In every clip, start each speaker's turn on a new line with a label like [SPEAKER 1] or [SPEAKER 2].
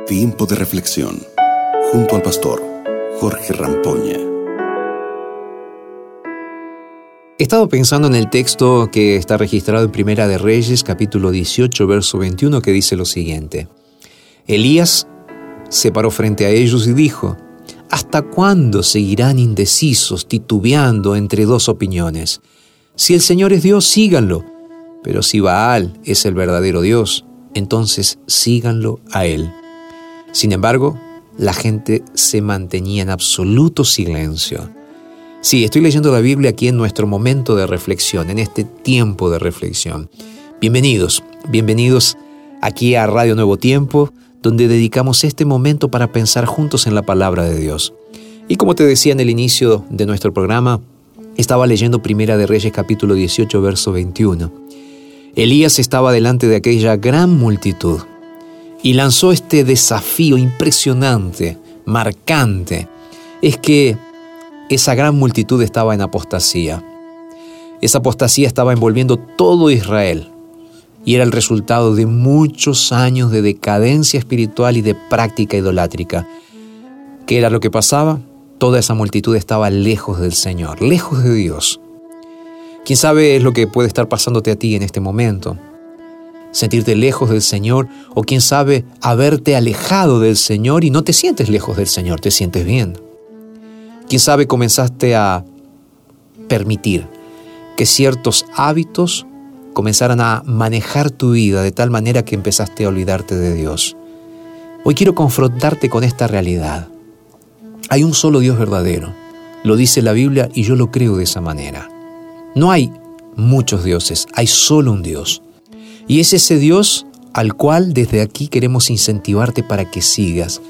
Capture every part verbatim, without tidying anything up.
[SPEAKER 1] Tiempo de reflexión junto al pastor Jorge Rampoña.
[SPEAKER 2] He estado pensando en el texto que está registrado en Primera de Reyes, capítulo dieciocho, verso veintiuno, que dice lo siguiente. Elías se paró frente a ellos y dijo: ¿Hasta cuándo seguirán indecisos, titubeando entre dos opiniones? Si el Señor es Dios, síganlo. Pero si Baal es el verdadero Dios, entonces síganlo a él. Sin embargo, la gente se mantenía en absoluto silencio. Sí, estoy leyendo la Biblia aquí en nuestro momento de reflexión, en este tiempo de reflexión. Bienvenidos, bienvenidos aquí a Radio Nuevo Tiempo, donde dedicamos este momento para pensar juntos en la palabra de Dios. Y como te decía en el inicio de nuestro programa, estaba leyendo Primera de Reyes capítulo dieciocho, verso veintiuno. Elías estaba delante de aquella gran multitud y lanzó este desafío impresionante, marcante. Es que esa gran multitud estaba en apostasía. Esa apostasía estaba envolviendo todo Israel y era el resultado de muchos años de decadencia espiritual y de práctica idolátrica. ¿Qué era lo que pasaba? Toda esa multitud estaba lejos del Señor, lejos de Dios. ¿Quién sabe es lo que puede estar pasándote a ti en este momento? Sentirte lejos del Señor, o quién sabe haberte alejado del Señor y no te sientes lejos del Señor, te sientes bien. ¿Quién sabe comenzaste a permitir que ciertos hábitos comenzaran a manejar tu vida de tal manera que empezaste a olvidarte de Dios? Hoy quiero confrontarte con esta realidad. Hay un solo Dios verdadero. Lo dice la Biblia y yo lo creo de esa manera. No hay muchos dioses, hay solo un Dios. Y es ese Dios al cual desde aquí queremos incentivarte para que sigas.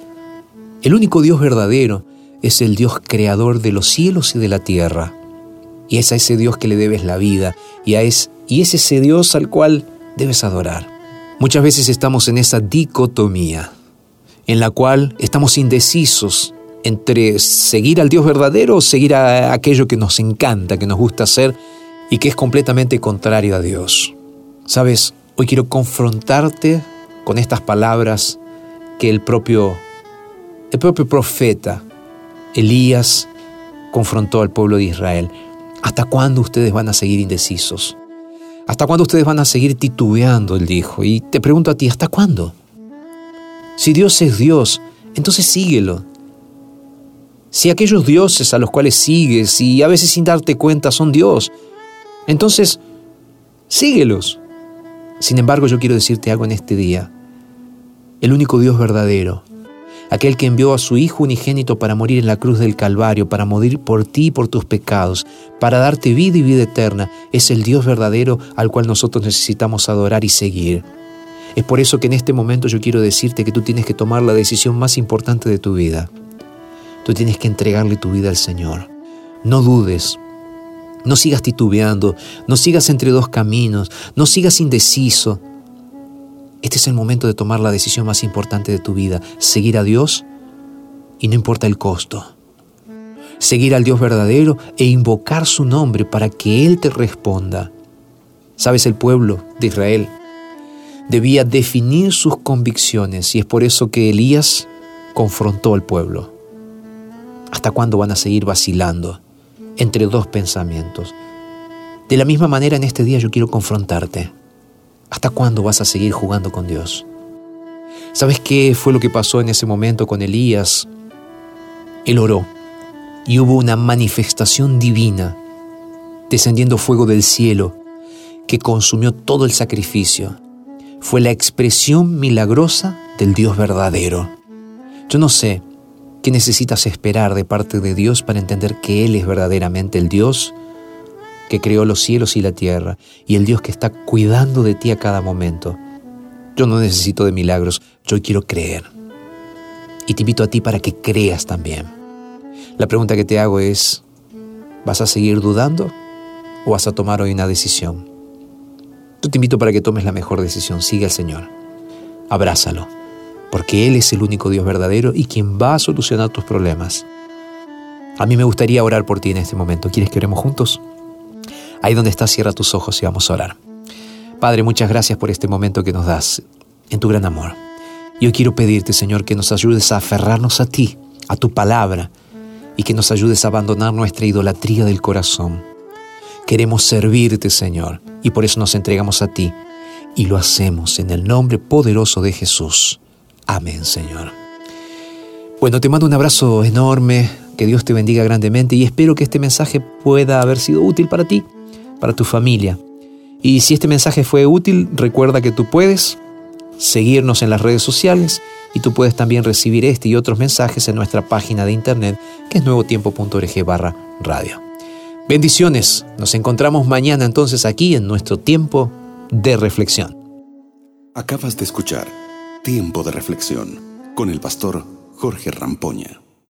[SPEAKER 2] El único Dios verdadero es el Dios creador de los cielos y de la tierra. Y es a ese Dios que le debes la vida y, a es, y es ese Dios al cual debes adorar. Muchas veces estamos en esa dicotomía en la cual estamos indecisos entre seguir al Dios verdadero o seguir a aquello que nos encanta, que nos gusta hacer y que es completamente contrario a Dios. ¿Sabes? Hoy quiero confrontarte con estas palabras que el propio, el propio profeta Elías confrontó al pueblo de Israel. ¿Hasta cuándo ustedes van a seguir indecisos? ¿Hasta cuándo ustedes van a seguir titubeando? Él dijo. Y te pregunto a ti, ¿hasta cuándo? Si Dios es Dios, entonces síguelo. Si aquellos dioses a los cuales sigues y a veces sin darte cuenta son Dios, entonces síguelos. Sin embargo, yo quiero decirte algo en este día. El único Dios verdadero, aquel que envió a su Hijo unigénito para morir en la cruz del Calvario, para morir por ti y por tus pecados, para darte vida y vida eterna, es el Dios verdadero al cual nosotros necesitamos adorar y seguir. Es por eso que en este momento yo quiero decirte que tú tienes que tomar la decisión más importante de tu vida. Tú tienes que entregarle tu vida al Señor. No dudes, no sigas titubeando, no sigas entre dos caminos, no sigas indeciso. Este es el momento de tomar la decisión más importante de tu vida, seguir a Dios y no importa el costo. Seguir al Dios verdadero e invocar su nombre para que Él te responda. ¿Sabes? El pueblo de Israel debía definir sus convicciones y es por eso que Elías confrontó al pueblo. ¿Hasta cuándo van a seguir vacilando entre dos pensamientos? De la misma manera, en este día yo quiero confrontarte. ¿Hasta cuándo vas a seguir jugando con Dios? ¿Sabes qué fue lo que pasó en ese momento con Elías? Él oró y hubo una manifestación divina, descendiendo fuego del cielo, que consumió todo el sacrificio. Fue la expresión milagrosa del Dios verdadero. Yo no sé ¿qué necesitas esperar de parte de Dios para entender que Él es verdaderamente el Dios que creó los cielos y la tierra y el Dios que está cuidando de ti a cada momento? Yo no necesito de milagros, yo quiero creer. Y te invito a ti para que creas también. La pregunta que te hago es, ¿vas a seguir dudando o vas a tomar hoy una decisión? Yo te invito para que tomes la mejor decisión. Sigue al Señor. Abrázalo. Porque Él es el único Dios verdadero y quien va a solucionar tus problemas. A mí me gustaría orar por ti en este momento. ¿Quieres que oremos juntos? Ahí donde estás, cierra tus ojos y vamos a orar. Padre, muchas gracias por este momento que nos das en tu gran amor. Yo quiero pedirte, Señor, que nos ayudes a aferrarnos a ti, a tu palabra, y que nos ayudes a abandonar nuestra idolatría del corazón. Queremos servirte, Señor, y por eso nos entregamos a ti, y lo hacemos en el nombre poderoso de Jesús. Amén, Señor. Bueno, te mando un abrazo enorme, que Dios te bendiga grandemente, y espero que este mensaje pueda haber sido útil para ti, para tu familia. Y si este mensaje fue útil, recuerda que tú puedes seguirnos en las redes sociales y tú puedes también recibir este y otros mensajes en nuestra página de internet, que es nuevotiempo punto org barra radio. Bendiciones. Nos encontramos mañana entonces aquí en nuestro tiempo de reflexión.
[SPEAKER 1] Acabas de escuchar Tiempo de Reflexión con el pastor Jorge Rampoña.